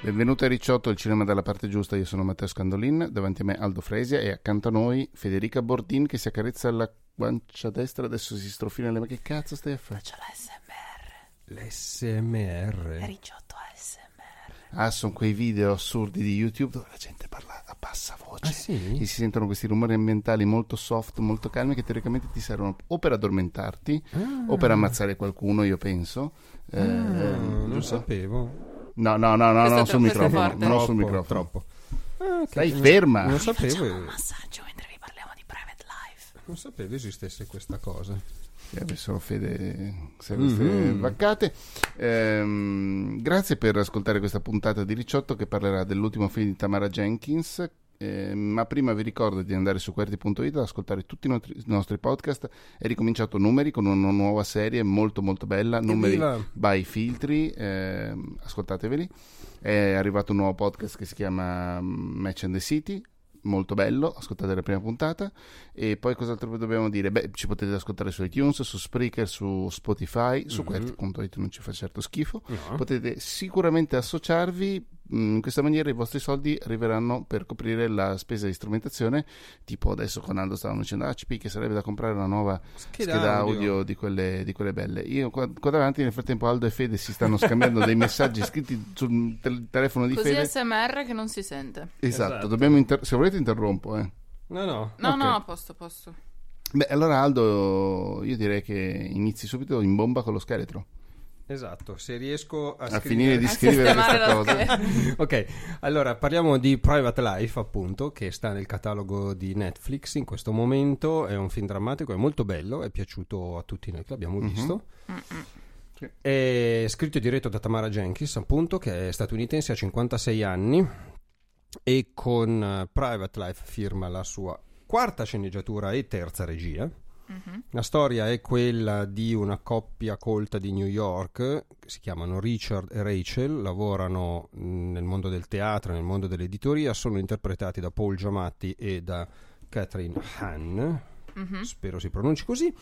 Benvenuto a Ricciotto, il cinema dalla parte giusta. Io sono Matteo Scandolin, davanti a me Aldo Fresia e accanto a noi Federica Bordin che si accarezza la guancia destra, adesso si strofina le mani. Che cazzo stai a fare? Faccio l'ASMR. L'SMR? Ricciotto ASMR. Ah, sono quei video assurdi di YouTube dove la gente parla a bassa voce. Ah, sì? E si sentono questi rumori ambientali molto soft, molto calmi, che teoricamente ti servono o per addormentarti o per ammazzare qualcuno, io penso. Non giusto? sapevo. No, sul microfono. Non sul microfono. Troppo. Stai ferma. Non Facciamo sapevo. un massaggio mentre vi parliamo di private life. Non sapevo esistesse questa cosa. Adesso Fede se queste vaccate. Grazie per ascoltare questa puntata di Ricciotto che parlerà dell'ultimo film di Tamara Jenkins. Ma prima vi ricordo di andare su QWERTY.it ad ascoltare tutti i nostri podcast. È ricominciato Numeri con una nuova serie molto molto bella, Numeri by Filtri, ascoltateveli. È arrivato un nuovo podcast che si chiama Match and the City, molto bello, ascoltate la prima puntata. E poi cos'altro dobbiamo dire? Beh, ci potete ascoltare su iTunes, su Spreaker, su Spotify, su QWERTY.it non ci fa certo schifo. No. Potete sicuramente associarvi. In questa maniera i vostri soldi arriveranno per coprire la spesa di strumentazione, tipo adesso con Aldo stavano dicendo HP che sarebbe da comprare una nuova scheda audio di quelle belle. Io qua davanti nel frattempo Aldo e Fede si stanno scambiando dei messaggi scritti sul telefono di Così Fede. ASMR che non si sente. Esatto. Dobbiamo se volete interrompo. No. No, Ok. no, a posto. Beh, allora Aldo, io direi che inizi subito in bomba con lo scheletro. Esatto, se riesco a finire di scrivere... scrivere sistemare questa la cosa. Ok, allora parliamo di Private Life, appunto, che sta nel catalogo di Netflix in questo momento. È un film drammatico, è molto bello, è piaciuto a tutti noi che l'abbiamo visto. Sì. È scritto e diretto da Tamara Jenkins, appunto, che è statunitense, ha 56 anni e con Private Life firma la sua quarta sceneggiatura e terza regia. La storia è quella di una coppia colta di New York, si chiamano Richard e Rachel, lavorano nel mondo del teatro, nel mondo dell'editoria, sono interpretati da Paul Giamatti e da Catherine Hahn, spero si pronunci così.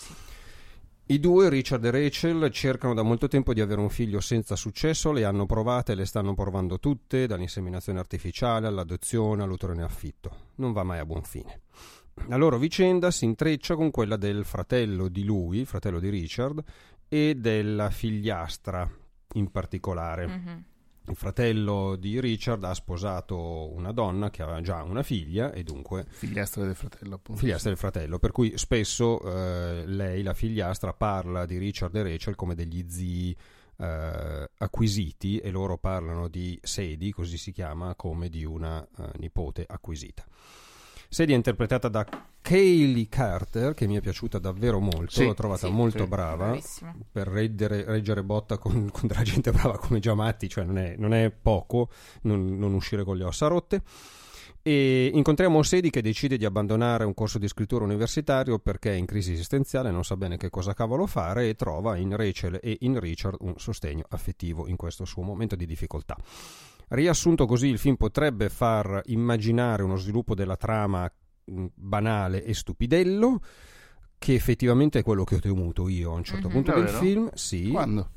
I due, Richard e Rachel, cercano da molto tempo di avere un figlio senza successo, le hanno provate, le stanno provando tutte, dall'inseminazione artificiale all'adozione, all'utero in affitto. Non va mai a buon fine. La loro vicenda si intreccia con quella del fratello di lui, fratello di Richard, e della figliastra in particolare. Il fratello di Richard ha sposato una donna che aveva già una figlia e dunque... Figliastra del fratello, appunto. Figliastra del fratello, per cui spesso lei, la figliastra, parla di Richard e Rachel come degli zii acquisiti e loro parlano di Sadie, così si chiama, come di una nipote acquisita. Sadie è interpretata da Kaylee Carter, che mi è piaciuta davvero molto, Sì, l'ho trovata molto brava bravissima. per reggere botta con della gente brava come Giamatti, cioè non è poco non uscire con le ossa rotte. E incontriamo Sadie che decide di abbandonare un corso di scrittura universitario perché è in crisi esistenziale, non sa bene che cosa cavolo fare e trova in Rachel e in Richard un sostegno affettivo in questo suo momento di difficoltà. Riassunto così, il film potrebbe far immaginare uno sviluppo della trama banale e stupidello, che effettivamente è quello che ho temuto io a un certo punto del Davvero? film. Sì. Quando?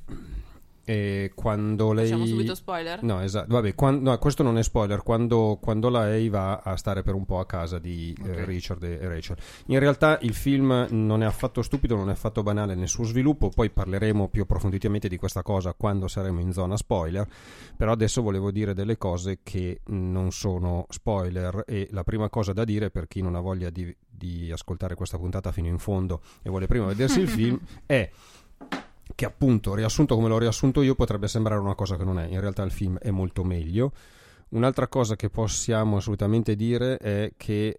Quando lei... Facciamo subito spoiler? No, esatto. Vabbè, no, questo non è spoiler. Quando lei va a stare per un po' a casa di Richard e Rachel. In realtà il film non è affatto stupido, non è affatto banale nel suo sviluppo. Poi parleremo più approfonditamente di questa cosa quando saremo in zona spoiler. Però adesso volevo dire delle cose che non sono spoiler. E la prima cosa da dire, per chi non ha voglia di ascoltare questa puntata fino in fondo e vuole prima vedersi il film, è che appunto, riassunto come l'ho riassunto io, potrebbe sembrare una cosa che non è. In realtà il film è molto meglio. Un'altra cosa che possiamo assolutamente dire è che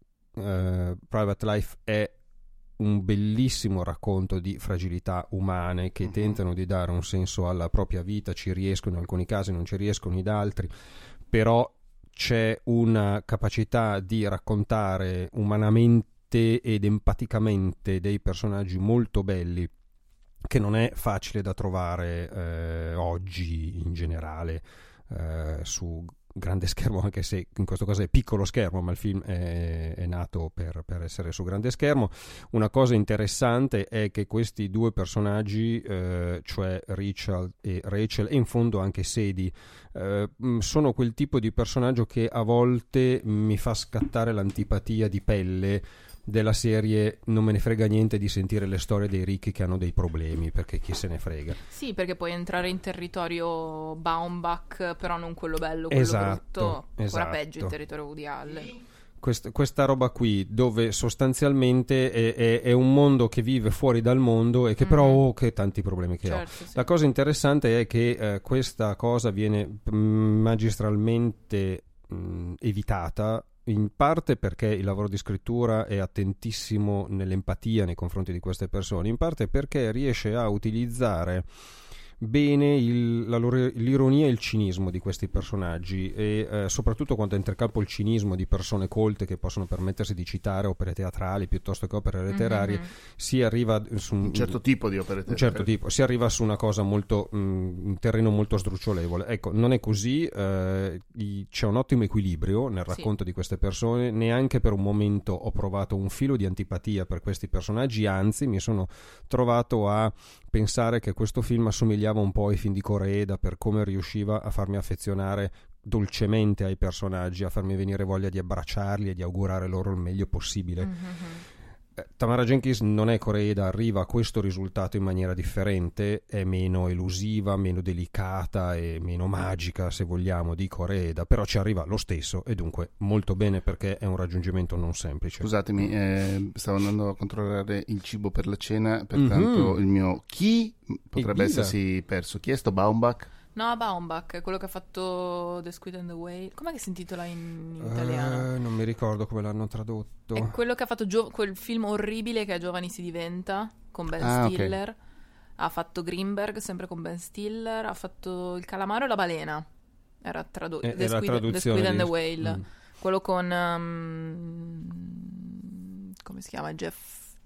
Private Life è un bellissimo racconto di fragilità umane che tentano di dare un senso alla propria vita, ci riescono in alcuni casi, non ci riescono in altri, però c'è una capacità di raccontare umanamente ed empaticamente dei personaggi molto belli che non è facile da trovare oggi in generale su grande schermo, anche se in questo caso è piccolo schermo, ma il film è nato per essere su grande schermo. Una cosa interessante è che questi due personaggi, cioè Richard e Rachel, e in fondo anche Sadie, sono quel tipo di personaggio che a volte mi fa scattare l'antipatia di pelle della serie non me ne frega niente di sentire le storie dei ricchi che hanno dei problemi, perché chi se ne frega. Sì, perché puoi entrare in territorio Baumbach, però non quello bello, quello brutto, ancora peggio in territorio Woody Allen. Questa roba qui, dove sostanzialmente è un mondo che vive fuori dal mondo e che però che tanti problemi che ha. Sì. La cosa interessante è che questa cosa viene magistralmente evitata, in parte perché il lavoro di scrittura è attentissimo nell'empatia nei confronti di queste persone, in parte perché riesce a utilizzare bene l'ironia e il cinismo di questi personaggi, e soprattutto quando entra in campo il cinismo di persone colte che possono permettersi di citare opere teatrali piuttosto che opere letterarie, si arriva su un certo tipo di opere teatrali. Si arriva su una cosa molto un terreno molto sdrucciolevole. Ecco, non è così, c'è un ottimo equilibrio nel racconto di queste persone. Neanche per un momento ho provato un filo di antipatia per questi personaggi, anzi mi sono trovato a pensare che questo film assomigliava un po' ai film di Koreeda per come riusciva a farmi affezionare dolcemente ai personaggi, a farmi venire voglia di abbracciarli e di augurare loro il meglio possibile. Tamara Jenkins non è Koreeda, arriva a questo risultato in maniera differente, è meno elusiva, meno delicata e meno magica, se vogliamo, di Koreeda, però ci arriva lo stesso, e dunque molto bene, perché è un raggiungimento non semplice. Scusatemi, stavo andando a controllare il cibo per la cena, pertanto il mio chi potrebbe essersi perso. Chi è sto Baumbach? No, Baumbach, quello che ha fatto The Squid and the Whale. Com'è che si intitola in italiano? Non mi ricordo come l'hanno tradotto. È quello che ha fatto quel film orribile che a Giovani si diventa, con Ben Stiller. Okay. Ha fatto Greenberg, sempre con Ben Stiller. Ha fatto Il calamaro e la balena. Era The Squid and the Whale. Quello con come si chiama? Jeff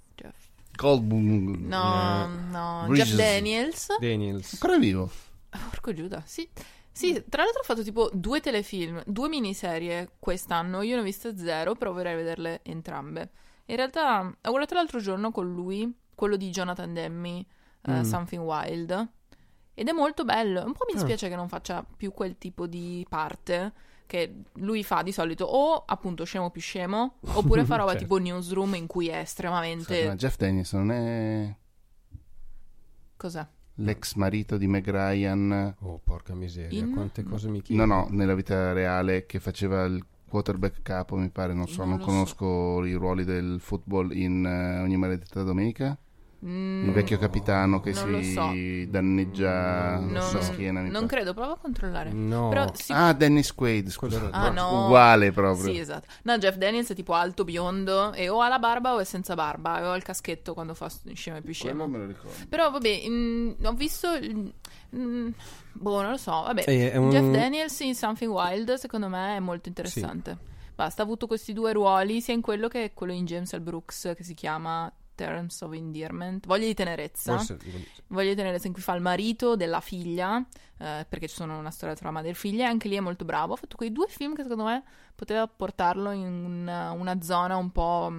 Goldblum. No, Jeff Daniels. Ancora vivo. Porco Giuda, sì, tra l'altro ho fatto tipo 2 telefilm, 2 miniserie quest'anno, io ne ho viste 0, però vorrei vederle entrambe. In realtà ho guardato l'altro giorno con lui, quello di Jonathan Demme, Something Wild, ed è molto bello. Un po' mi dispiace che non faccia più quel tipo di parte che lui fa di solito, o appunto Scemo più scemo, oppure fa roba tipo Newsroom, in cui è estremamente... Ma Jeff Daniels non è... Cos'è? L'ex marito di Meg Ryan. Oh, porca miseria, quante cose mi chiedi. No, nella vita reale, che faceva il quarterback capo, mi pare, non conosco i ruoli del football in Ogni maledetta domenica. Il vecchio capitano che si danneggia la schiena. Non credo, provo a controllare. No. Però Dennis Quaid, scusa. No. Uguale proprio. Sì, esatto. No, Jeff Daniels è tipo alto, biondo, e o ha la barba o è senza barba, o ha il caschetto quando fa Scemo e più scemo. Non me lo ricordo. Però vabbè, ho visto non lo so, vabbè. Jeff Daniels in Something Wild secondo me è molto interessante. Basta, ha avuto questi 2 ruoli, sia in quello che quello in James L. Brooks, che si chiama Terms of Endearment, Voglia di tenerezza, in cui fa il marito della figlia, perché ci sono una storia tra madre e figlia, e anche lì è molto bravo. Ha fatto quei 2 film che secondo me poteva portarlo in una zona un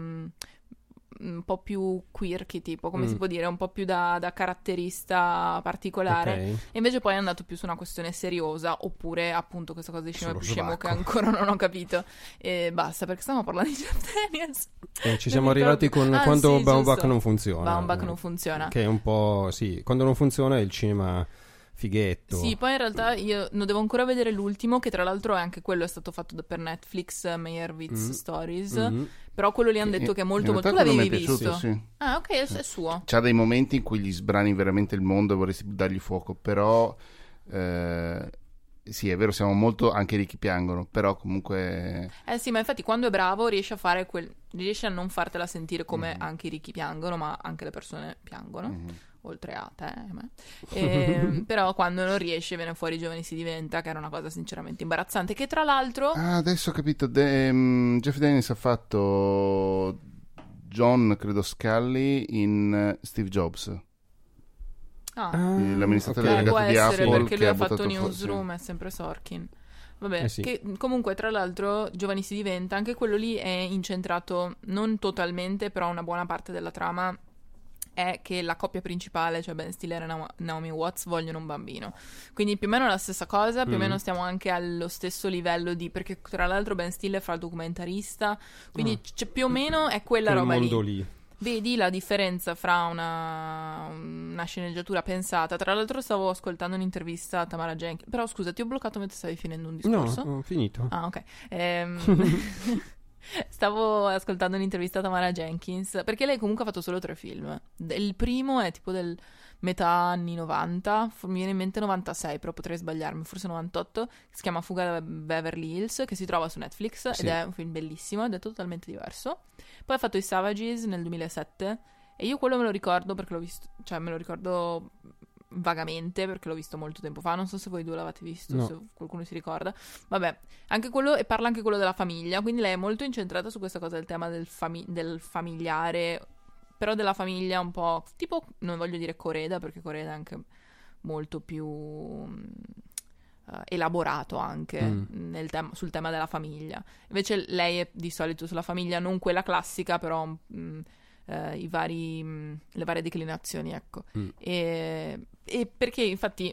po' più quirky, tipo, come si può dire, un po' più da caratterista particolare, e invece poi è andato più su una questione seriosa, oppure appunto questa cosa di Scemo più scemo che ancora non ho capito, e basta, perché stiamo parlando di Jeff Daniels. Ci siamo arrivati con quando Baumbach non funziona. Baumbach non funziona. Che è un po', quando non funziona è il cinema fighetto. Sì, poi in realtà io non devo ancora vedere l'ultimo, che tra l'altro è anche quello è stato fatto per Netflix, Meyerowitz Stories, però quello lì hanno detto che è molto molto... Tu l'avevi visto? Sì. Ah, ok, è suo. C'ha dei momenti in cui gli sbrani veramente il mondo e vorresti dargli fuoco, però sì, è vero, siamo molto, anche i ricchi piangono, però comunque... sì, ma infatti quando è bravo riesce a fare riesce a non fartela sentire come anche i ricchi piangono, ma anche le persone piangono. Oltre a te, però quando non riesce viene fuori Giovani si diventa, che era una cosa sinceramente imbarazzante, che tra l'altro adesso ho capito, Jeff Daniels ha fatto John, credo, Scully in Steve Jobs, l'amministratore delegato di Apple, perché lui che ha fatto Newsroom, è sempre Sorkin. Vabbè, sì. Che comunque tra l'altro Giovani si diventa, anche quello lì è incentrato non totalmente, però una buona parte della trama è che la coppia principale, cioè Ben Stiller e Naomi Watts, vogliono un bambino. Quindi più o meno la stessa cosa, più o meno stiamo anche allo stesso livello perché tra l'altro Ben Stiller fa il documentarista, quindi più o meno è quella roba lì. Vedi la differenza fra una sceneggiatura pensata. Tra l'altro stavo ascoltando un'intervista a Tamara Jenkins. Però scusa, ti ho bloccato mentre stavi finendo un discorso? No, ho finito. Ah, ok. Stavo ascoltando un'intervista a Tamara Jenkins, perché lei comunque ha fatto solo 3 film. Il primo è tipo del metà anni 90, mi viene in mente 96, però potrei sbagliarmi, forse 98, che si chiama Fuga da Beverly Hills, che si trova su Netflix, ed è un film bellissimo ed è totalmente diverso. Poi ha fatto I Savages nel 2007 e io quello me lo ricordo perché l'ho visto, cioè me lo ricordo vagamente perché l'ho visto molto tempo fa, non so se voi due l'avete visto, no. Se qualcuno si ricorda. Vabbè, anche quello, e parla anche quello della famiglia, quindi lei è molto incentrata su questa cosa del tema del familiare, però della famiglia un po' tipo, non voglio dire Coreda, perché Coreda è anche molto più elaborato anche sul tema della famiglia. Invece lei è di solito sulla famiglia non quella classica, però le varie declinazioni, ecco. E perché infatti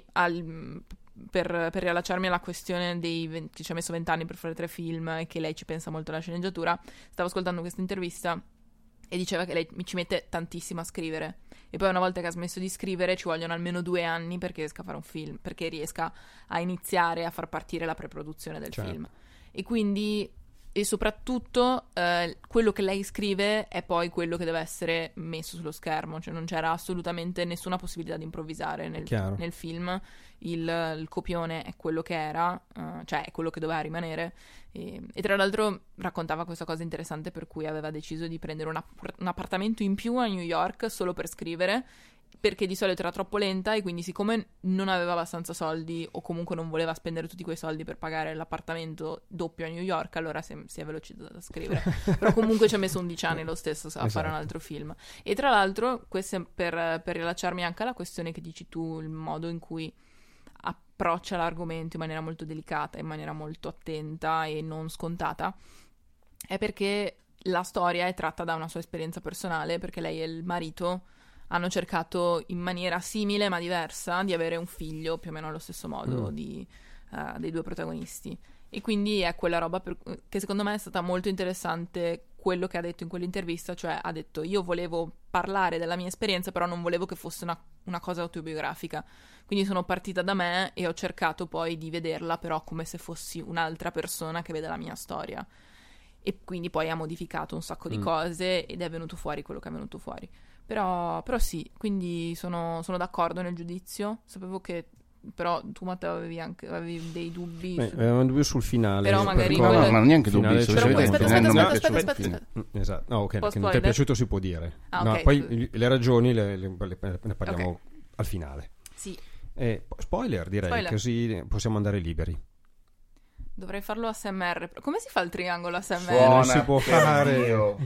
per riallacciarmi alla questione che ci ha messo 20 anni per fare 3 film e che lei ci pensa molto alla sceneggiatura, stavo ascoltando questa intervista e diceva che lei ci mette tantissimo a scrivere e poi una volta che ha smesso di scrivere ci vogliono almeno 2 anni perché riesca a fare un film, perché riesca a iniziare a far partire la preproduzione del film. E quindi e soprattutto quello che lei scrive è poi quello che deve essere messo sullo schermo, cioè non c'era assolutamente nessuna possibilità di improvvisare nel film. Il copione è quello che era, cioè è quello che doveva rimanere, e tra l'altro raccontava questa cosa interessante per cui aveva deciso di prendere un appartamento in più a New York solo per scrivere, perché di solito era troppo lenta e quindi siccome non aveva abbastanza soldi o comunque non voleva spendere tutti quei soldi per pagare l'appartamento doppio a New York, allora si è velocizzato a scrivere. Però comunque ci ha messo 11 anni lo stesso a fare un altro film. E tra l'altro, questo è per rilacciarmi anche alla questione che dici tu, il modo in cui approccia l'argomento in maniera molto delicata, in maniera molto attenta e non scontata, è perché la storia è tratta da una sua esperienza personale, perché lei e il marito hanno cercato in maniera simile ma diversa di avere un figlio più o meno allo stesso modo dei 2 protagonisti, e quindi è quella roba che secondo me è stata molto interessante quello che ha detto in quell'intervista, cioè ha detto: io volevo parlare della mia esperienza però non volevo che fosse una cosa autobiografica, quindi sono partita da me e ho cercato poi di vederla però come se fossi un'altra persona che vede la mia storia, e quindi poi ha modificato un sacco di cose ed è venuto fuori quello che è venuto fuori. Però sì, quindi sono d'accordo nel giudizio. Sapevo che però tu, Matteo, avevi dei dubbi. Avevamo un dubbio sul finale. Però magari ma neanche dubbi. Aspetta. Esatto. No, ok, che non ti è piaciuto si può dire. Okay. Poi le ragioni ne parliamo al finale. Sì. Spoiler, direi, così possiamo andare liberi. Dovrei farlo ASMR. Come si fa il triangolo ASMR? Non si può fare.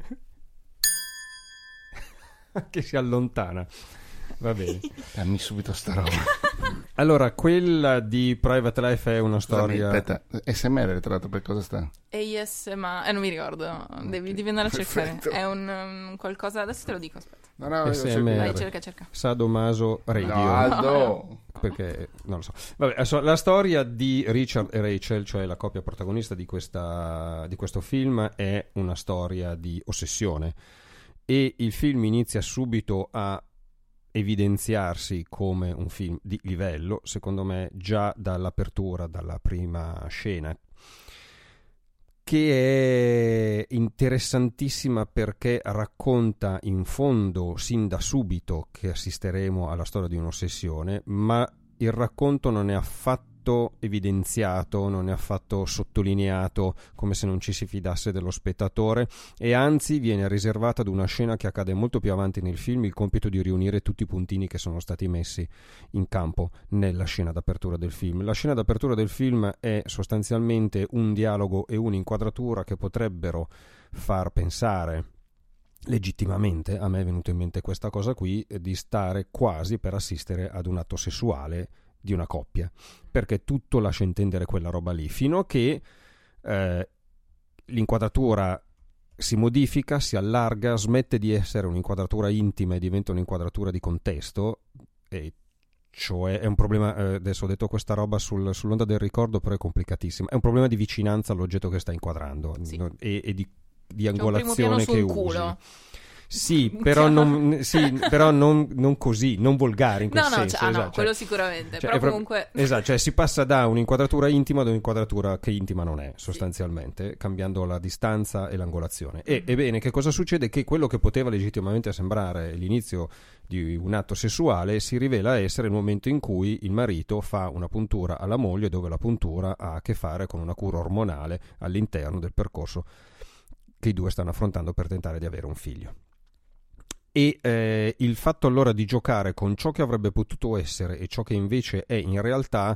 Che si allontana. Va bene. Dammi subito sta roba. Allora, quella di Private Life è una storia. Aspetta, SMR tra l'altro per cosa sta? ASMR, non mi ricordo. Devi andare a cercare. È un qualcosa. Adesso te lo dico, aspetta. No, SMR. Vai, cerca. Sadomaso Radio. No, Aldo. Perché non lo so. Vabbè, la storia di Richard e Rachel, cioè la coppia protagonista di questo film, è una storia di ossessione. E il film inizia subito a evidenziarsi come un film di livello, secondo me, già dall'apertura, dalla prima scena, che è interessantissima perché racconta in fondo sin da subito che assisteremo alla storia di un'ossessione, ma il racconto non è affatto evidenziato, non è affatto sottolineato, come se non ci si fidasse dello spettatore, e anzi viene riservata ad una scena che accade molto più avanti nel film il compito di riunire tutti i puntini che sono stati messi in campo nella scena d'apertura del film. La scena d'apertura del film è sostanzialmente un dialogo e un'inquadratura che potrebbero far pensare legittimamente, a me è venuto in mente questa cosa qui, di stare quasi per assistere ad un atto sessuale di una coppia, perché tutto lascia intendere quella roba lì, fino a che l'inquadratura si modifica, si allarga, smette di essere un'inquadratura intima e diventa un'inquadratura di contesto, e cioè è un problema, adesso ho detto questa roba sull'onda del ricordo, però è complicatissima, è un problema di vicinanza all'oggetto che sta inquadrando, sì. E di angolazione che usi. Culo. Sì, però non così, non volgare in quel senso. No, quello sicuramente, però comunque... Esatto, cioè si passa da un'inquadratura intima ad un'inquadratura che intima non è, sostanzialmente, sì, cambiando la distanza e l'angolazione. Ebbene, che cosa succede? Che quello che poteva legittimamente sembrare l'inizio di un atto sessuale si rivela essere il momento in cui il marito fa una puntura alla moglie, dove la puntura ha a che fare con una cura ormonale all'interno del percorso che i due stanno affrontando per tentare di avere un figlio. E il fatto allora di giocare con ciò che avrebbe potuto essere e ciò che invece è in realtà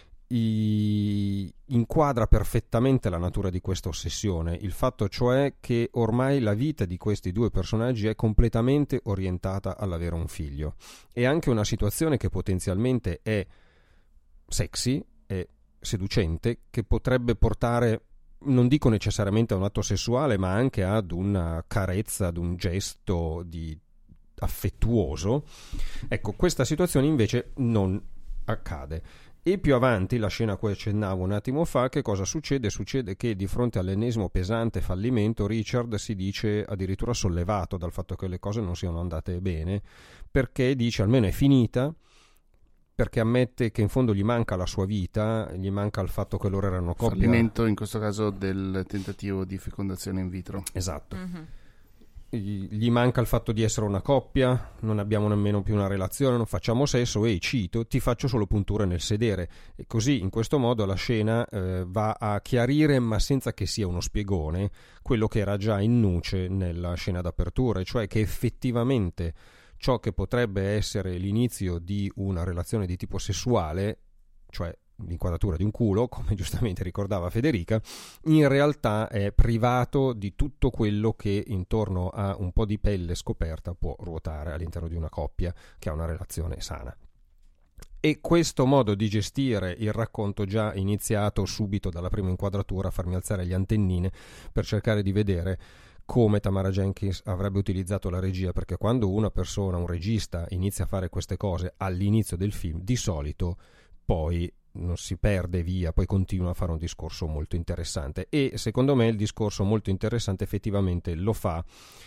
inquadra perfettamente la natura di questa ossessione, il fatto cioè che ormai la vita di questi due personaggi è completamente orientata all'avere un figlio. È anche una situazione che potenzialmente è sexy, è seducente, che potrebbe portare, non dico necessariamente a un atto sessuale, ma anche ad una carezza, ad un gesto affettuoso. Ecco, questa situazione invece non accade. E più avanti, la scena a cui accennavo un attimo fa, che cosa succede? Succede che di fronte all'ennesimo pesante fallimento Richard si dice addirittura sollevato dal fatto che le cose non siano andate bene, perché dice almeno è finita, perché ammette che in fondo gli manca la sua vita, gli manca il fatto che loro erano coppia. Fallimento in questo caso del tentativo di fecondazione in vitro. Esatto. Mm-hmm. Gli manca il fatto di essere una coppia, non abbiamo nemmeno più una relazione, non facciamo sesso e, cito, ti faccio solo punture nel sedere. E così, in questo modo, la scena va a chiarire, ma senza che sia uno spiegone, quello che era già in nuce nella scena d'apertura, cioè che effettivamente ciò che potrebbe essere l'inizio di una relazione di tipo sessuale, cioè l'inquadratura di un culo, come giustamente ricordava Federica, in realtà è privato di tutto quello che intorno a un po' di pelle scoperta può ruotare all'interno di una coppia che ha una relazione sana. E questo modo di gestire il racconto, già iniziato subito dalla prima inquadratura, a farmi alzare le antennine per cercare di vedere come Tamara Jenkins avrebbe utilizzato la regia, perché quando una persona, un regista, inizia a fare queste cose all'inizio del film, di solito poi non si perde via, poi continua a fare un discorso molto interessante, e secondo me il discorso molto interessante effettivamente lo fa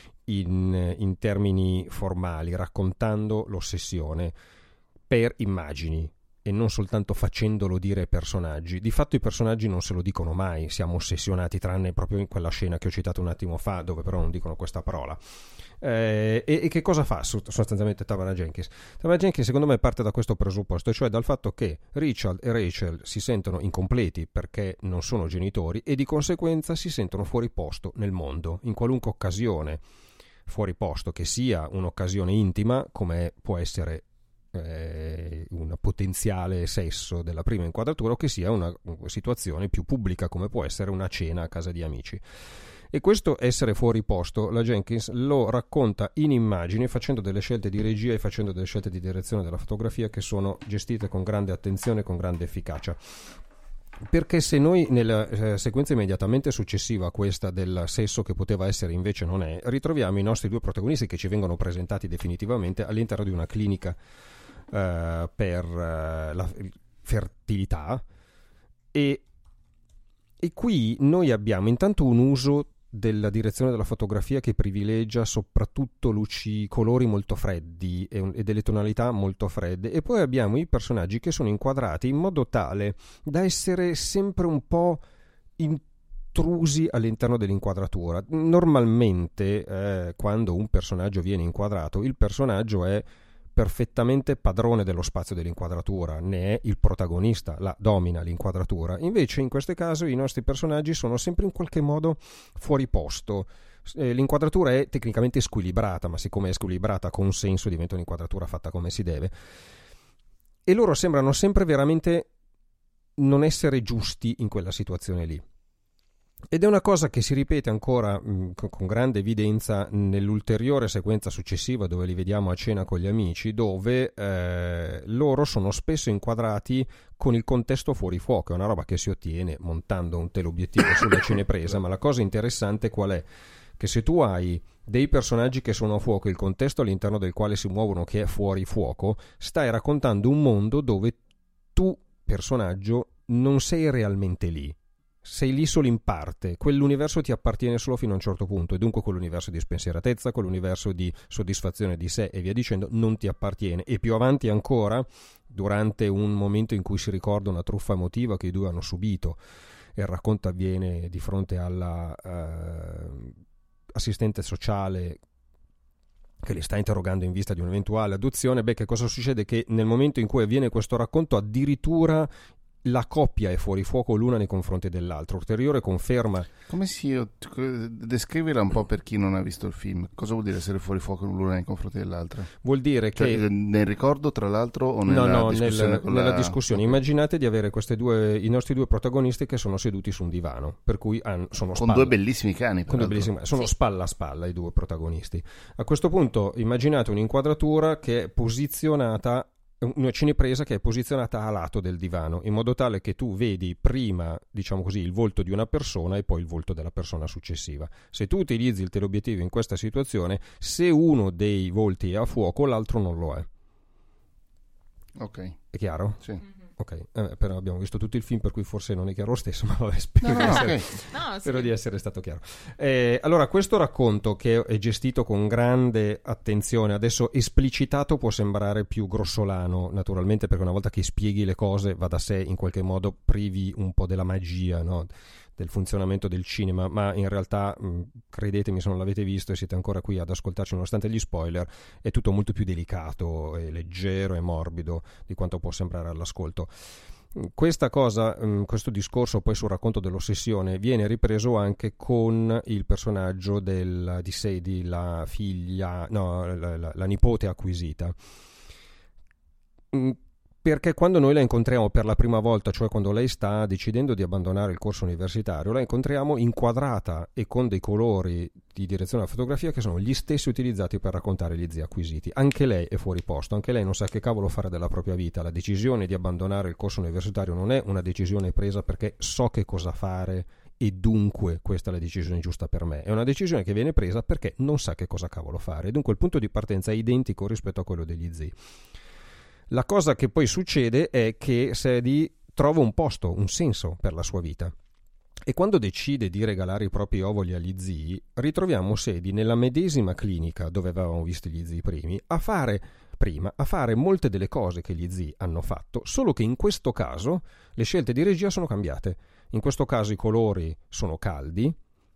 in termini formali, raccontando l'ossessione per immagini e non soltanto facendolo dire ai personaggi. Di fatto i personaggi non se lo dicono mai, siamo ossessionati, tranne proprio in quella scena che ho citato un attimo fa, dove però non dicono questa parola. E che cosa fa sostanzialmente Tamara Jenkins? Tamara Jenkins secondo me parte da questo presupposto, cioè dal fatto che Richard e Rachel si sentono incompleti perché non sono genitori e di conseguenza si sentono fuori posto nel mondo, in qualunque occasione fuori posto, che sia un'occasione intima come può essere un potenziale sesso della prima inquadratura, o che sia una situazione più pubblica come può essere una cena a casa di amici. E questo essere fuori posto la Jenkins lo racconta in immagini, facendo delle scelte di regia e facendo delle scelte di direzione della fotografia che sono gestite con grande attenzione e con grande efficacia. Perché se noi nella sequenza immediatamente successiva a questa del sesso che poteva essere invece non è, ritroviamo i nostri due protagonisti che ci vengono presentati definitivamente all'interno di una clinica per la fertilità, e qui noi abbiamo intanto un uso della direzione della fotografia che privilegia soprattutto colori molto freddi e delle tonalità molto fredde, e poi abbiamo i personaggi che sono inquadrati in modo tale da essere sempre un po' intrusi all'interno dell'inquadratura. Normalmente quando un personaggio viene inquadrato, il personaggio è perfettamente padrone dello spazio dell'inquadratura, ne è il protagonista, la domina l'inquadratura. Invece in questo caso i nostri personaggi sono sempre in qualche modo fuori posto. L'inquadratura è tecnicamente squilibrata, ma siccome è squilibrata con senso diventa un'inquadratura fatta come si deve, e loro sembrano sempre veramente non essere giusti in quella situazione lì. Ed è una cosa che si ripete ancora con grande evidenza nell'ulteriore sequenza successiva, dove li vediamo a cena con gli amici, dove loro sono spesso inquadrati con il contesto fuori fuoco. È una roba che si ottiene montando un teleobiettivo sulla cinepresa, ma la cosa interessante qual è? Che se tu hai dei personaggi che sono a fuoco, il contesto all'interno del quale si muovono che è fuori fuoco, stai raccontando un mondo dove tu, personaggio, non sei realmente lì. Sei lì solo in parte, quell'universo ti appartiene solo fino a un certo punto, e dunque quell'universo di spensieratezza, quell'universo di soddisfazione di sé e via dicendo non ti appartiene. E più avanti ancora, durante un momento in cui si ricorda una truffa emotiva che i due hanno subito, e il racconto avviene di fronte alla assistente sociale che li sta interrogando in vista di un'eventuale adozione, che cosa succede? Che nel momento in cui avviene questo racconto addirittura la coppia è fuori fuoco l'una nei confronti dell'altra, ulteriore conferma. Come descrivila un po' per chi non ha visto il film. Cosa vuol dire essere fuori fuoco l'una nei confronti dell'altra? Vuol dire che nel ricordo, tra l'altro, o nella discussione? Nella discussione. Okay. Immaginate di avere i nostri due protagonisti che sono seduti su un divano, per cui sono con due bellissimi cani. Sono spalla a spalla i due protagonisti. A questo punto immaginate un'inquadratura che è posizionata, una cinepresa che è posizionata a lato del divano, in modo tale che tu vedi prima, diciamo così, il volto di una persona e poi il volto della persona successiva. Se tu utilizzi il teleobiettivo in questa situazione, se uno dei volti è a fuoco, l'altro non lo è. Ok. È chiaro? Sì. Mm-hmm. Ok, però abbiamo visto tutto il film, per cui forse non è chiaro lo stesso, ma vabbè, spero di essere stato chiaro. Allora, questo racconto, che è gestito con grande attenzione, adesso esplicitato può sembrare più grossolano, naturalmente, perché una volta che spieghi le cose va da sé, in qualche modo privi un po' della magia, no? Del funzionamento del cinema, ma in realtà credetemi, se non l'avete visto e siete ancora qui ad ascoltarci nonostante gli spoiler, è tutto molto più delicato e leggero e morbido di quanto può sembrare all'ascolto. Questa cosa, questo discorso poi sul racconto dell'ossessione viene ripreso anche con il personaggio di Sadie, la figlia, no, la nipote acquisita. Perché quando noi la incontriamo per la prima volta, cioè quando lei sta decidendo di abbandonare il corso universitario, la incontriamo inquadrata e con dei colori di direzione alla fotografia che sono gli stessi utilizzati per raccontare gli zii acquisiti. Anche lei è fuori posto, anche lei non sa che cavolo fare della propria vita. La decisione di abbandonare il corso universitario non è una decisione presa perché so che cosa fare e dunque questa è la decisione giusta per me. È una decisione che viene presa perché non sa che cosa cavolo fare. E dunque il punto di partenza è identico rispetto a quello degli zii. La cosa che poi succede è che Sadie trova un posto, un senso per la sua vita. E quando decide di regalare i propri ovuli agli zii, ritroviamo Sadie nella medesima clinica dove avevamo visto gli zii a fare molte delle cose che gli zii hanno fatto, solo che in questo caso le scelte di regia sono cambiate. In questo caso i colori sono caldi,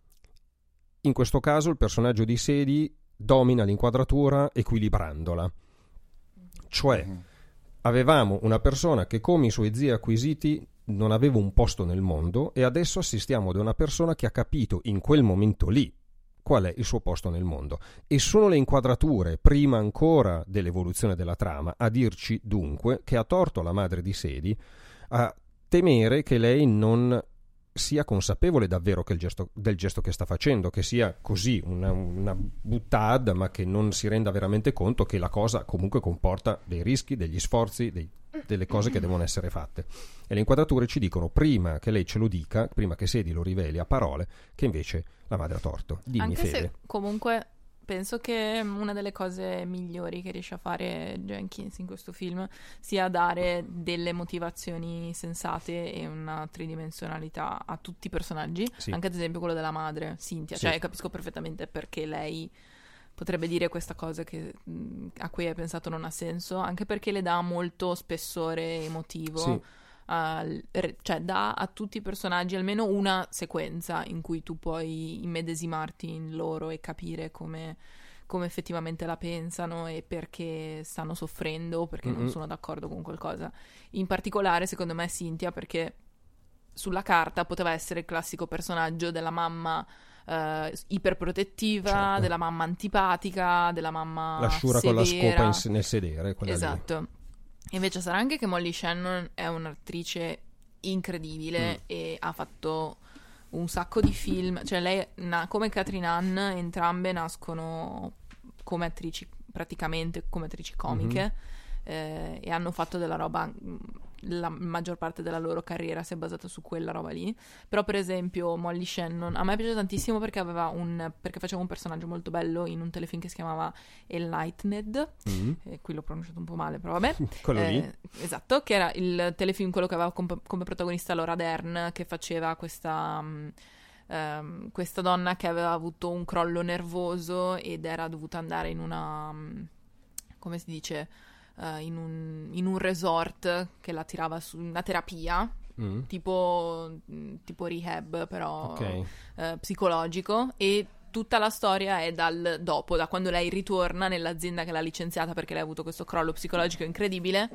in questo caso il personaggio di Sadie domina l'inquadratura equilibrandola. Cioè, avevamo una persona che come i suoi zii acquisiti non aveva un posto nel mondo e adesso assistiamo ad una persona che ha capito in quel momento lì qual è il suo posto nel mondo. E sono le inquadrature, prima ancora dell'evoluzione della trama, a dirci dunque che ha torto la madre di Sadie a temere che lei non sia consapevole davvero del gesto che sta facendo, che sia così una buttata, ma che non si renda veramente conto che la cosa comunque comporta dei rischi, degli sforzi, delle cose che devono essere fatte. E le inquadrature ci dicono, prima che lei ce lo dica, prima che Sadie lo riveli a parole, che invece la madre ha torto. Dimmi, anche Fede. Se comunque penso che una delle cose migliori che riesce a fare Jenkins in questo film sia dare delle motivazioni sensate e una tridimensionalità a tutti i personaggi, sì. Anche ad esempio quello della madre, Cynthia, sì. Cioè capisco perfettamente perché lei potrebbe dire questa cosa a cui hai pensato non ha senso, anche perché le dà molto spessore emotivo, sì. Cioè dà a tutti i personaggi almeno una sequenza in cui tu puoi immedesimarti in loro e capire come effettivamente la pensano e perché stanno soffrendo o perché non sono d'accordo con qualcosa. In particolare secondo me Cynthia, perché sulla carta poteva essere il classico personaggio della mamma iperprotettiva, certo. Della mamma antipatica, della mamma la sciura severa. Con la scopa nel sedere, esatto lì. Invece sarà anche che Molly Shannon è un'attrice incredibile e ha fatto un sacco di film, cioè lei come Catherine Hahn, entrambe nascono come attrici, praticamente come attrici comiche, e hanno fatto della roba, la maggior parte della loro carriera si è basata su quella roba lì. Però per esempio Molly Shannon a me piace tantissimo perché faceva un personaggio molto bello in un telefilm che si chiamava Enlightened, qui l'ho pronunciato un po' male però vabbè, quello lì, esatto, che era il telefilm quello che aveva come protagonista Laura Dern, che faceva questa donna che aveva avuto un crollo nervoso ed era dovuta andare in una, come si dice, in un resort che la tirava su una terapia tipo rehab però psicologico, e tutta la storia è da quando lei ritorna nell'azienda che l'ha licenziata perché lei ha avuto questo crollo psicologico incredibile.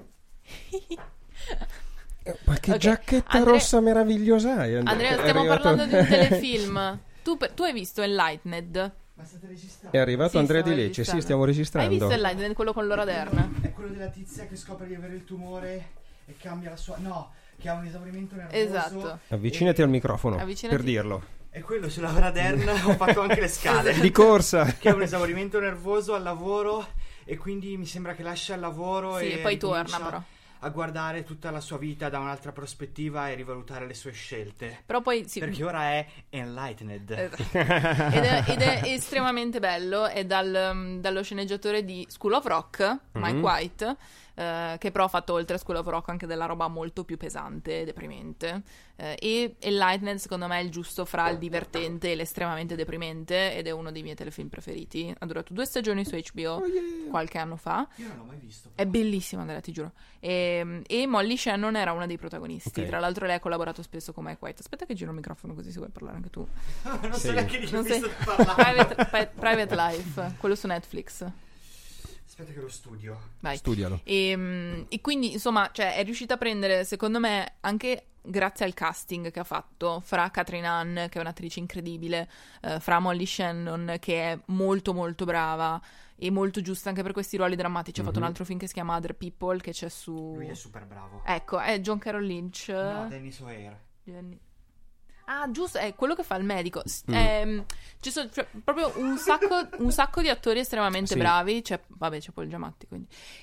Ma che giacchetta rossa meravigliosa hai, Andrea, stiamo parlando di un telefilm. Tu hai visto Enlightened? Ma state registrando? È arrivato Andrea Di Lecce, sì, stiamo registrando. Hai visto Enlightened, quello con Laura Dern? È quello della tizia che scopre di avere il tumore e cambia la sua... No, che ha un esaurimento nervoso. Esatto. Avvicinati al microfono per dirlo. E quello sulla Laura Dern ho fatto anche le scale. Di corsa. Che ha un esaurimento nervoso al lavoro e quindi mi sembra che lascia il lavoro e poi torna però a guardare tutta la sua vita da un'altra prospettiva e rivalutare le sue scelte. Però poi perché ora è enlightened. Ed è estremamente bello. È dallo sceneggiatore di School of Rock, Mike White, che però ha fatto oltre a School of Rock anche della roba molto più pesante e deprimente. E Enlightened secondo me è il giusto fra il divertente e l'estremamente deprimente, ed è uno dei miei telefilm preferiti. Ha durato 2 stagioni su HBO qualche anno fa. Io non l'ho mai visto. È bellissimo, Andrea, ti giuro. E Molly Shannon era una dei protagonisti. Tra l'altro lei ha collaborato spesso con Mike White. Aspetta che giro il microfono così se vuoi parlare anche tu. Non so neanche di che sto parlando. Private Life, quello su Netflix. Aspetta che lo studio. Vai. Studialo. E quindi insomma, cioè, è riuscita a prendere, secondo me, anche grazie al casting che ha fatto, fra Catherine Hahn, che è un'attrice incredibile, fra Molly Shannon, che è molto molto brava e molto giusta anche per questi ruoli drammatici. Ha fatto un altro film che si chiama Other People, che c'è su... Lui è super bravo. Ecco, è John Carroll Lynch. No, Dennis O'Hare. Ah, giusto, è quello che fa il medico. Ci sono proprio un sacco di attori estremamente bravi. C'è Paul Giamatti, quindi.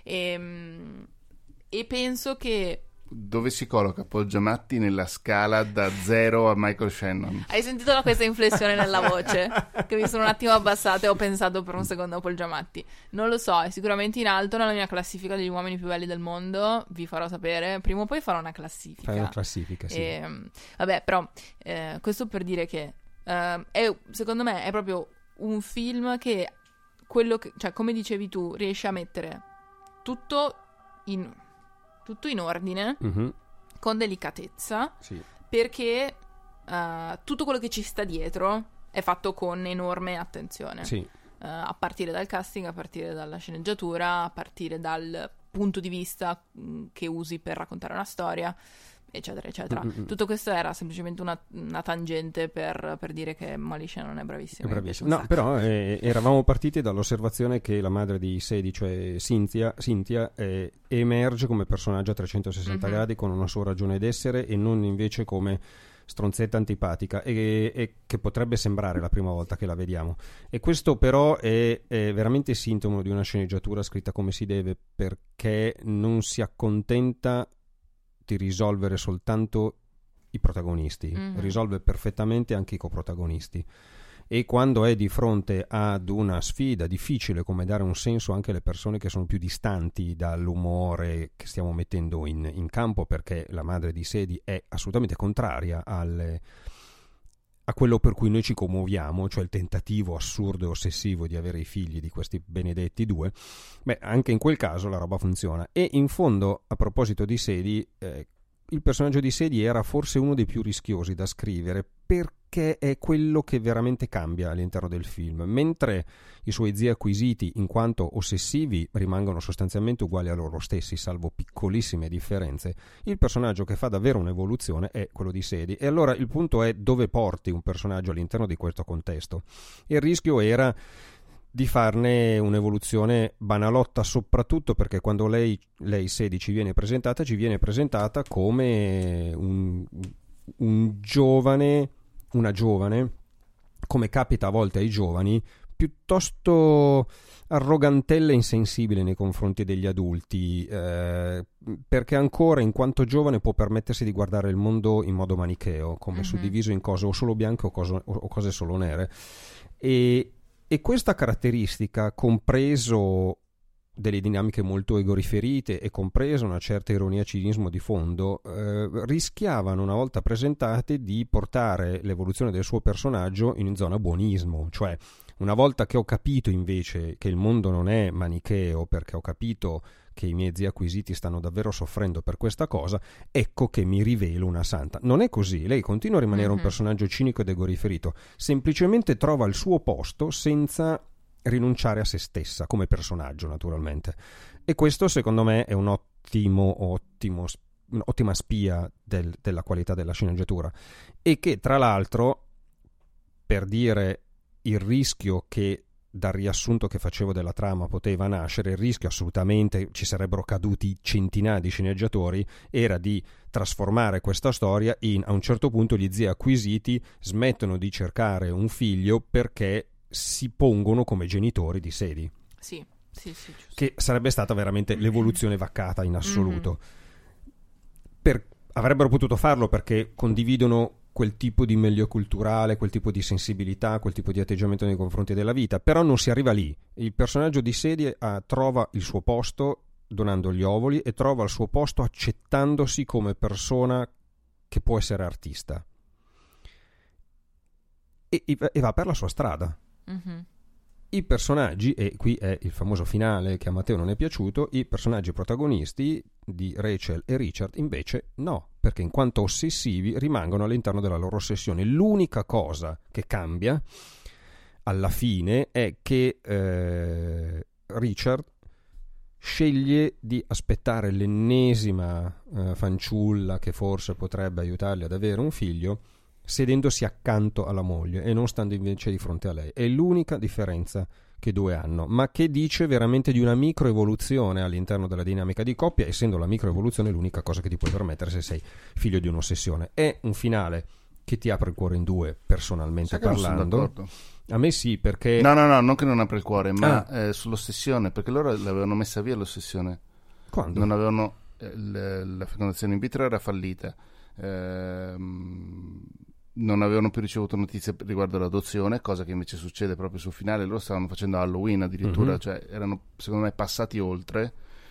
E penso che... Dove si colloca Paul Giamatti nella scala da 0 a Michael Shannon? Hai sentito questa inflessione nella voce? Che mi sono un attimo abbassata e ho pensato per un secondo a Paul Giamatti. Non lo so, è sicuramente in alto nella mia classifica degli uomini più belli del mondo. Vi farò sapere. Prima o poi farò una classifica. Fai una classifica, sì. Vabbè, però questo per dire che secondo me è proprio un film che cioè, come dicevi tu, riesce a mettere tutto in ordine, con delicatezza, perché tutto quello che ci sta dietro è fatto con enorme attenzione, a partire dal casting, a partire dalla sceneggiatura, a partire dal punto di vista che usi per raccontare una storia, eccetera eccetera. Tutto questo era semplicemente una tangente per dire che Molly Shannon è bravissima. No, però eravamo partiti dall'osservazione che la madre di Sadie, cioè Cynthia emerge come personaggio a 360 gradi, con una sua ragione d'essere, e non invece come stronzetta antipatica, e che potrebbe sembrare la prima volta che la vediamo. E questo però è veramente sintomo di una sceneggiatura scritta come si deve, perché non si accontenta di risolvere soltanto i protagonisti, risolve perfettamente anche i coprotagonisti, e quando è di fronte ad una sfida difficile come dare un senso anche alle persone che sono più distanti dall'umore che stiamo mettendo in campo, perché la madre di Sadie è assolutamente contraria a quello per cui noi ci commuoviamo, cioè il tentativo assurdo e ossessivo di avere i figli di questi benedetti due, anche in quel caso la roba funziona. E in fondo, a proposito di Sadie, il personaggio di Sadie era forse uno dei più rischiosi da scrivere, perché è quello che veramente cambia all'interno del film, mentre i suoi zii acquisiti, in quanto ossessivi, rimangono sostanzialmente uguali a loro stessi, salvo piccolissime differenze. Il personaggio che fa davvero un'evoluzione è quello di Sadie, e allora il punto è dove porti un personaggio all'interno di questo contesto. Il rischio era di farne un'evoluzione banalotta, soprattutto perché quando lei Sadie ci viene presentata come un giovane una giovane, come capita a volte ai giovani, piuttosto arrogantella e insensibile nei confronti degli adulti, perché ancora in quanto giovane può permettersi di guardare il mondo in modo manicheo, come suddiviso in cose o solo bianche o cose solo nere, e questa caratteristica, compreso delle dinamiche molto egoriferite e compreso una certa ironia e cinismo di fondo, rischiavano, una volta presentate, di portare l'evoluzione del suo personaggio in zona buonismo. Cioè, una volta che ho capito invece che il mondo non è manicheo, perché ho capito che i miei zii acquisiti stanno davvero soffrendo per questa cosa, ecco che mi rivelo una santa. Non è così, lei continua a rimanere un personaggio cinico ed egoriferito, semplicemente trova il suo posto senza rinunciare a se stessa come personaggio, naturalmente, e questo secondo me è un'ottima spia della qualità della sceneggiatura, e che tra l'altro, per dire il rischio che dal riassunto che facevo della trama poteva nascere, il rischio assolutamente, ci sarebbero caduti centinaia di sceneggiatori, era di trasformare questa storia in, a un certo punto gli zii acquisiti smettono di cercare un figlio perché si pongono come genitori di Sadie. Sì, giusto. Che sarebbe stata veramente l'evoluzione vaccata in assoluto. Avrebbero potuto farlo perché condividono quel tipo di milieu culturale, quel tipo di sensibilità, quel tipo di atteggiamento nei confronti della vita, però non si arriva lì. Il personaggio di Sadie trova il suo posto donando gli ovuli e trova il suo posto accettandosi come persona che può essere artista. E va per la sua strada. I personaggi, e qui è il famoso finale che a Matteo non è piaciuto, i personaggi protagonisti di Rachel e Richard invece no, perché in quanto ossessivi rimangono all'interno della loro ossessione. L'unica cosa che cambia alla fine è che Richard sceglie di aspettare l'ennesima fanciulla che forse potrebbe aiutarli ad avere un figlio, sedendosi accanto alla moglie e non stando invece di fronte a lei. È l'unica differenza che due hanno, ma che dice veramente di una microevoluzione all'interno della dinamica di coppia, essendo la microevoluzione l'unica cosa che ti puoi permettere se sei figlio di un'ossessione. È un finale che ti apre il cuore in due, personalmente parlando. A me sì, perché no, non che non apre il cuore, ma sull'ossessione, perché loro l'avevano messa via l'ossessione. Quando? Non avevano la fecondazione in vitro era fallita. Non avevano più ricevuto notizie riguardo l'adozione, cosa che invece succede proprio sul finale. Loro stavano facendo Halloween addirittura, cioè erano secondo me passati oltre,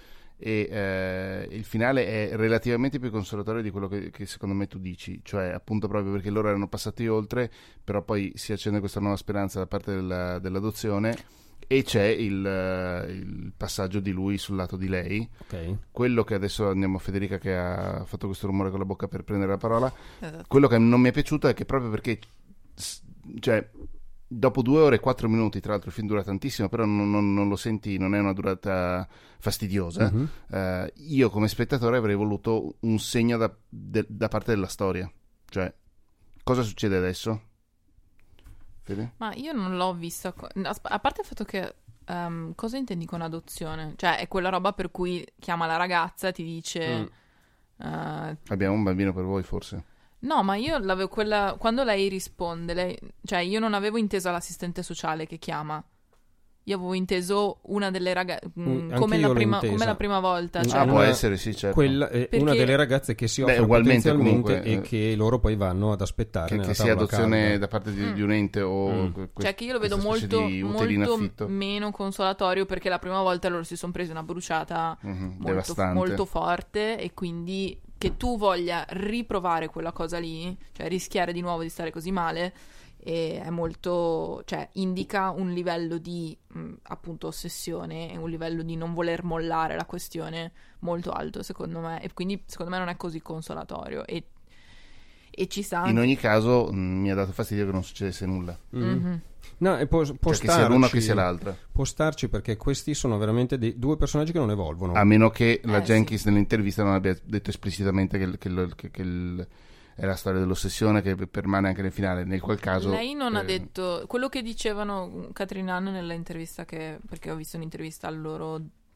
e il finale è relativamente più consolatorio di quello che secondo me tu dici, cioè appunto proprio perché loro erano passati oltre, però poi si accende questa nuova speranza da parte dell'adozione, e c'è il passaggio di lui sul lato di lei. Okay. Quello che adesso andiamo a Federica, che ha fatto questo rumore con la bocca per prendere la parola. Esatto. Quello che non mi è piaciuto è che proprio perché, cioè, dopo 2 ore e 4 minuti, tra l'altro il film dura tantissimo, però non lo senti, non è una durata fastidiosa. Io come spettatore avrei voluto un segno da parte della storia, cioè cosa succede adesso? Fede? Ma io non l'ho vista, a parte il fatto che cosa intendi con adozione? Cioè è quella roba per cui chiama la ragazza e ti dice abbiamo un bambino per voi, forse? No, ma io l'avevo quella, quando lei risponde, cioè io non avevo inteso l'assistente sociale che chiama. Io avevo inteso una delle ragazze come la prima volta, cioè può essere, sì, certo. Quella è una delle ragazze che si offre potenzialmente e che loro poi vanno ad aspettare che sia adozione da parte di un ente o cioè che io lo vedo molto meno consolatorio, perché la prima volta loro si sono presi una bruciata molto forte, e quindi che tu voglia riprovare quella cosa lì, cioè rischiare di nuovo di stare così male, e è molto, cioè indica un livello di appunto ossessione e un livello di non voler mollare la questione molto alto, secondo me, e quindi secondo me non è così consolatorio, e ci sta in ogni caso. Mi ha dato fastidio che non succedesse nulla. No, e può cioè starci, che sia l'una che sia l'altra. Può starci, perché questi sono veramente due personaggi che non evolvono, a meno che la Jenkins nell'intervista non abbia detto esplicitamente che è la storia dell'ossessione che permane anche nel finale, nel qual caso lei non ha detto quello che dicevano Catherine Hahn nella intervista, perché ho visto un'intervista al loro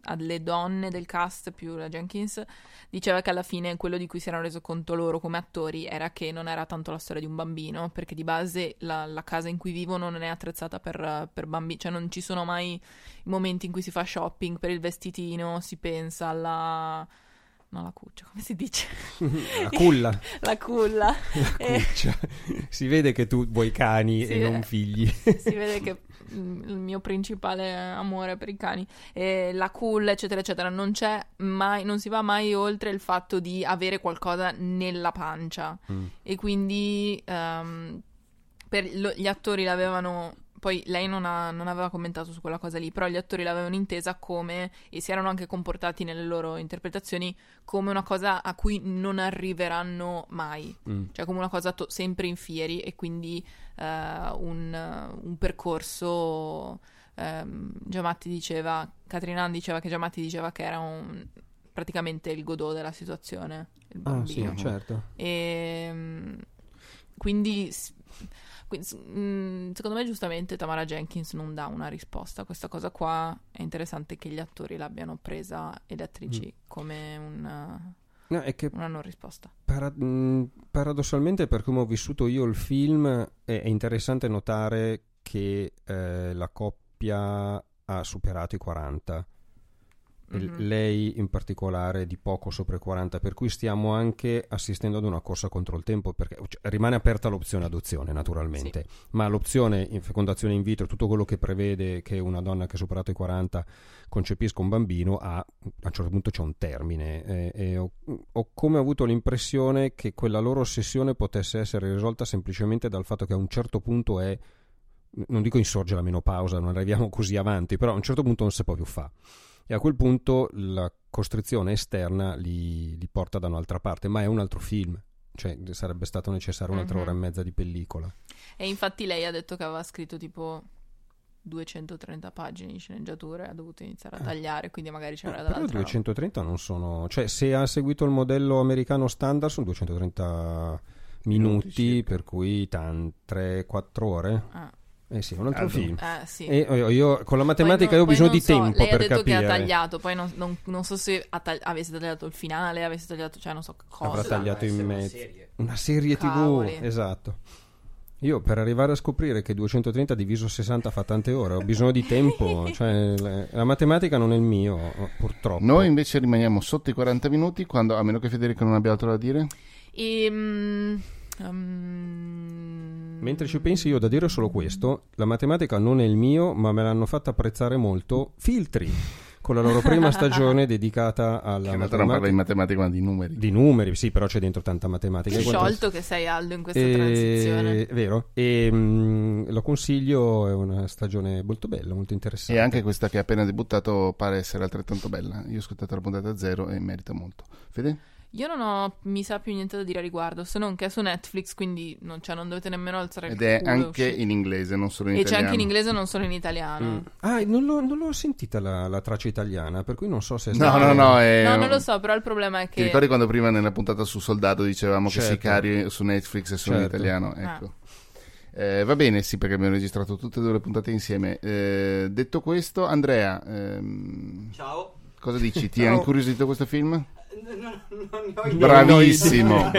alle donne del cast più la Jenkins, diceva che alla fine quello di cui si erano reso conto loro come attori era che non era tanto la storia di un bambino, perché di base la casa in cui vivono non è attrezzata per bambini, cioè non ci sono mai i momenti in cui si fa shopping per il vestitino, si pensa alla... No, la cuccia, come si dice? La culla. La culla. La cuccia. Si vede che tu vuoi cani e non figli. Si vede che il mio principale amore per i cani. La culla, eccetera, eccetera. Non si va mai oltre il fatto di avere qualcosa nella pancia. E quindi gli attori l'avevano... Poi lei non aveva commentato su quella cosa lì, però gli attori l'avevano intesa come, e si erano anche comportati nelle loro interpretazioni, come una cosa a cui non arriveranno mai. Cioè come una cosa sempre in fieri, e quindi un percorso... Giamatti diceva, Catherine Hahn diceva che Giamatti diceva che era praticamente il Godot della situazione, il bambino. Ah, sì, certo. E quindi secondo me giustamente Tamara Jenkins non dà una risposta a questa cosa qua. È interessante che gli attori l'abbiano presa, e le attrici, come una non risposta. Paradossalmente, per come ho vissuto io il film, è interessante notare che la coppia ha superato i 40. Lei in particolare di poco sopra i 40, per cui stiamo anche assistendo ad una corsa contro il tempo, perché rimane aperta l'opzione adozione naturalmente, sì. Ma l'opzione in fecondazione in vitro, tutto quello che prevede che una donna che ha superato i 40 concepisca un bambino, a un certo punto c'è un termine, e ho come avuto l'impressione che quella loro ossessione potesse essere risolta semplicemente dal fatto che a un certo punto non dico insorge la menopausa, non arriviamo così avanti, però a un certo punto non si può più fare. E a quel punto la costrizione esterna li porta da un'altra parte, ma è un altro film, cioè sarebbe stato necessario un'altra ora e mezza di pellicola. E infatti lei ha detto che aveva scritto tipo 230 pagine di sceneggiature, ha dovuto iniziare a tagliare, quindi magari c'era dall'altra. Però 230 non sono, cioè se ha seguito il modello americano standard sono 230 minuti per cui 3-4 ore. Sì, un altro film. Sì. E io con la matematica ho bisogno di tempo lei per ha detto capire. che ha tagliato, poi non so se avesse tagliato il finale, avesse tagliato, cioè non so cosa. Avrà tagliato in mezzo. Una serie TV, esatto. Io per arrivare a scoprire che 230 diviso 60 fa tante ore, ho bisogno di tempo, cioè la matematica non è il mio, purtroppo. Noi invece rimaniamo sotto i 40 minuti, quando, a meno che Federico non abbia altro da dire. Mentre ci pensi, io ho da dire solo questo: la matematica non è il mio, ma me l'hanno fatta apprezzare molto Filtri, con la loro prima stagione dedicata alla matematica. Non parla di matematica ma di numeri. Di numeri, sì, però c'è dentro tanta matematica. Che sciolto che sei, Aldo, in questa transizione. Vero, e lo consiglio, è una stagione molto bella, molto interessante. E anche questa che è appena debuttato pare essere altrettanto bella. Io ho ascoltato la puntata 0 e merita molto. Fede? Io non ho, mi sa, più niente da dire a riguardo, se non che è su Netflix, quindi non dovete nemmeno alzare il culo. Ed è anche in inglese, non solo in italiano. E c'è anche in inglese, non solo in italiano. Non l'ho sentita la traccia italiana, per cui non so se è No, non lo so, però il problema è che... Ti ricordi quando prima nella puntata su Soldato dicevamo che Sicario su Netflix è solo in italiano? Ecco. Va bene, sì, perché abbiamo registrato tutte e due le puntate insieme. Detto questo, Andrea, ciao. Cosa dici? Ti ha incuriosito questo film? Non ne ho idea. Bravissimo.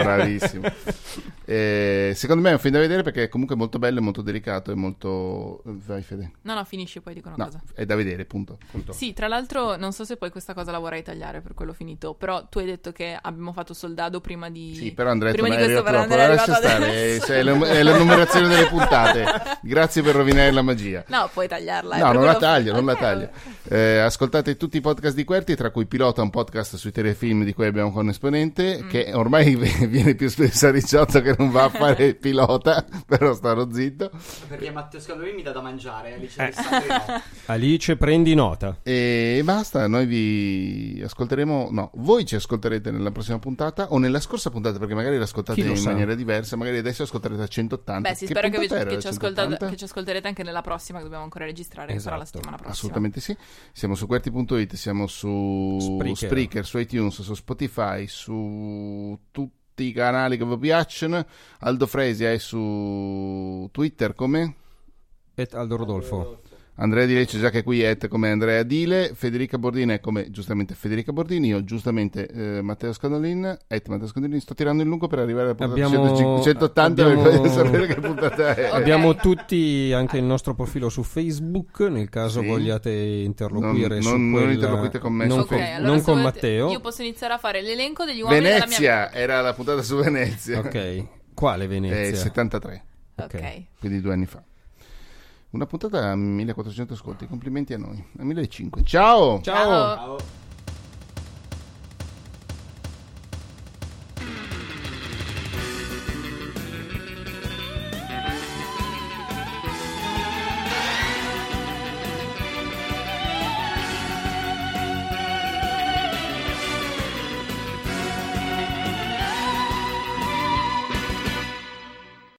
Secondo me è un film da vedere perché è comunque molto bello e molto delicato e molto... Vai Fede. No, finisci, poi dico una cosa. È da vedere, punto. Sì, tra l'altro non so se poi questa cosa la vorrei tagliare per quello finito, però tu hai detto che abbiamo fatto Soldado prima di... Sì, però Andrea, prima di questo per andare lascia stare, è la numerazione delle puntate. Grazie per rovinare la magia. No, puoi tagliarla. No, non la taglio. Ascoltate tutti i podcast di Querti, tra cui Pilota, un podcast sui telefilm di cui abbiamo con Esponente, che ormai viene più spesso a Ricciotto che non va a fare Pilota, però starò zitto. Perché Matteo Scalvini mi dà da mangiare, Alice, prendi nota. E basta, noi vi ascolteremo, voi ci ascolterete nella prossima puntata o nella scorsa puntata, perché magari l'ascoltate in maniera diversa, magari adesso ascolterete a 180. Beh, sì, spero che ci ascolterete anche nella prossima, che dobbiamo ancora registrare, che sarà la settimana prossima. Assolutamente sì. Siamo su QWERTY.it, siamo su Spreaker, su iTunes, su Spotify, su tutti i canali che vi piacciono. Aldo Fresia è su Twitter come? Aldo Rodolfo. Andrea Di Lecce già che qui è come Andrea Dile, Federica Bordini è come giustamente Federica Bordini, io giustamente Matteo Scandolin, Matteo Scandolin, sto tirando in lungo per arrivare alla puntata 180 per voglio sapere che puntata è. Abbiamo tutti anche il nostro profilo su Facebook, nel caso vogliate interloquire non interloquite con me, non con Matteo. Io posso iniziare a fare l'elenco degli uomini Venezia, della mia vita. era la puntata su Venezia. Ok, quale Venezia? 73. Ok. Quindi 2 anni fa. Una puntata a 1400 ascolti, complimenti a noi. A 1500. Ciao! Ciao!